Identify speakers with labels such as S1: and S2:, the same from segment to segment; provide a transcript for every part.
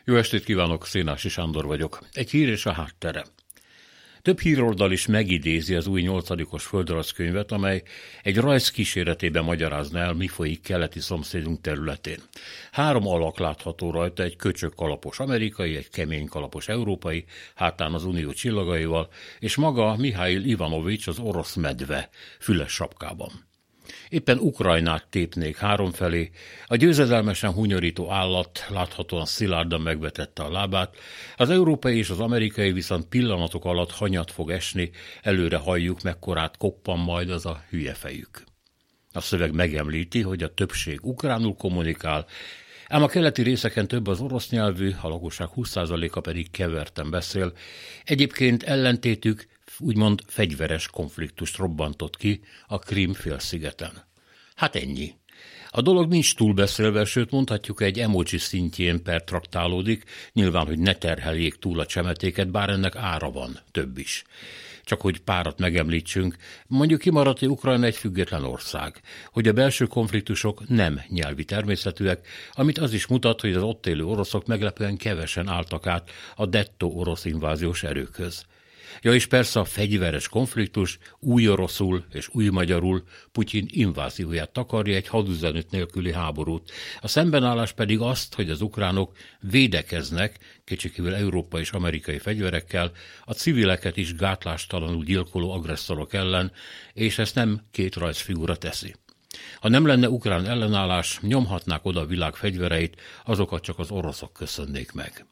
S1: Jó estét kívánok, Szénási Sándor vagyok. Egy hír és a háttere. Több híroldal is megidézi az új 8. földrajzkönyvet, amely egy rajz kíséretében magyarázna el, mi folyik keleti szomszédunk területén. 3 alak látható rajta, egy köcsög kalapos amerikai, egy kemény kalapos európai, hátán az unió csillagaival, és maga Mihail Ivanovics, az orosz medve, füles sapkában. Éppen Ukrajnát tépnék 3 felé, a győzedelmesen hunyorító állat láthatóan szilárdan megvetette a lábát, az európai és az amerikai viszont pillanatok alatt hanyat fog esni, előre halljuk, mekkorát koppan majd az a hülye fejük. A szöveg megemlíti, hogy a többség ukránul kommunikál, ám a keleti részeken több az orosz nyelvű, a lakosság 20%-a pedig keverten beszél, egyébként ellentétük úgymond fegyveres konfliktust robbantott ki a Krím-félszigeten. Hát ennyi. A dolog nincs túlbeszélve, sőt mondhatjuk egy emoji szintjén pertraktálódik, nyilván, hogy ne terheljék túl a csemetéket, bár ennek ára van, több is. Csak hogy párat megemlítsünk, mondjuk kimaradt, hogy Ukrajna egy független ország, hogy a belső konfliktusok nem nyelvi természetűek, amit az is mutat, hogy az ott élő oroszok meglepően kevesen álltak át a dettó orosz inváziós erőkhöz. Ja, és persze a fegyveres konfliktus új oroszul és új magyarul Putyin invázióját takarja, egy hadüzenet nélküli háborút. A szembenállás pedig azt, hogy az ukránok védekeznek, kétségkívül európai és amerikai fegyverekkel, a civileket is gátlástalanul gyilkoló agresszorok ellen, és ezt nem 2 rajzfigura teszi. Ha nem lenne ukrán ellenállás, nyomhatnák oda a világ fegyvereit, azokat csak az oroszok köszönnék meg.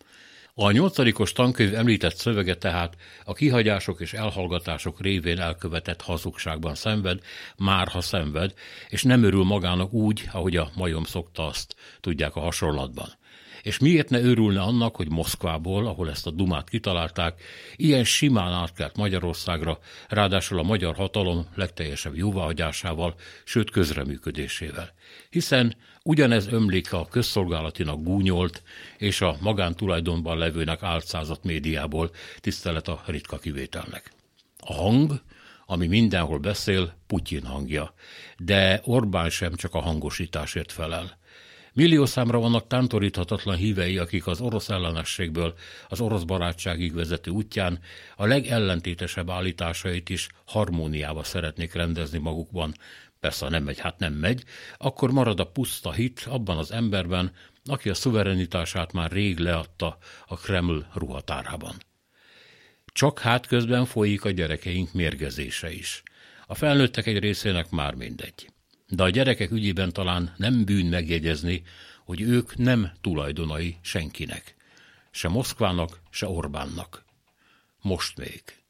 S1: A 8. tankönyv említett szövege tehát a kihagyások és elhallgatások révén elkövetett hazugságban szenved, márha szenved, és nem örül magának úgy, ahogy a majom szokta azt, tudják a hasonlatban. És miért ne örülne annak, hogy Moszkvából, ahol ezt a dumát kitalálták, ilyen simán átkelt Magyarországra, ráadásul a magyar hatalom legteljesebb jóváhagyásával, sőt közreműködésével. Hiszen ugyanez ömlik a közszolgálatinak gúnyolt és a magántulajdonban levőnek álcázott médiából, tisztelet a ritka kivételnek. A hang, ami mindenhol beszél, Putyin hangja, de Orbán sem csak a hangosításért felel. Milliószámra vannak tántoríthatatlan hívei, akik az orosz ellenességből az orosz barátságig vezető útján a legellentétesebb állításait is harmóniába szeretnék rendezni magukban. Persze, ha nem megy, hát nem megy, akkor marad a puszta hit abban az emberben, aki a szuverenitását már rég leadta a Kreml ruhatárában. Csak hát közben folyik a gyerekeink mérgezése is. A felnőttek egy részének már mindegy. De a gyerekek ügyében talán nem bűn megjegyezni, hogy ők nem tulajdonai senkinek. Se Moszkvának, se Orbánnak. Most még.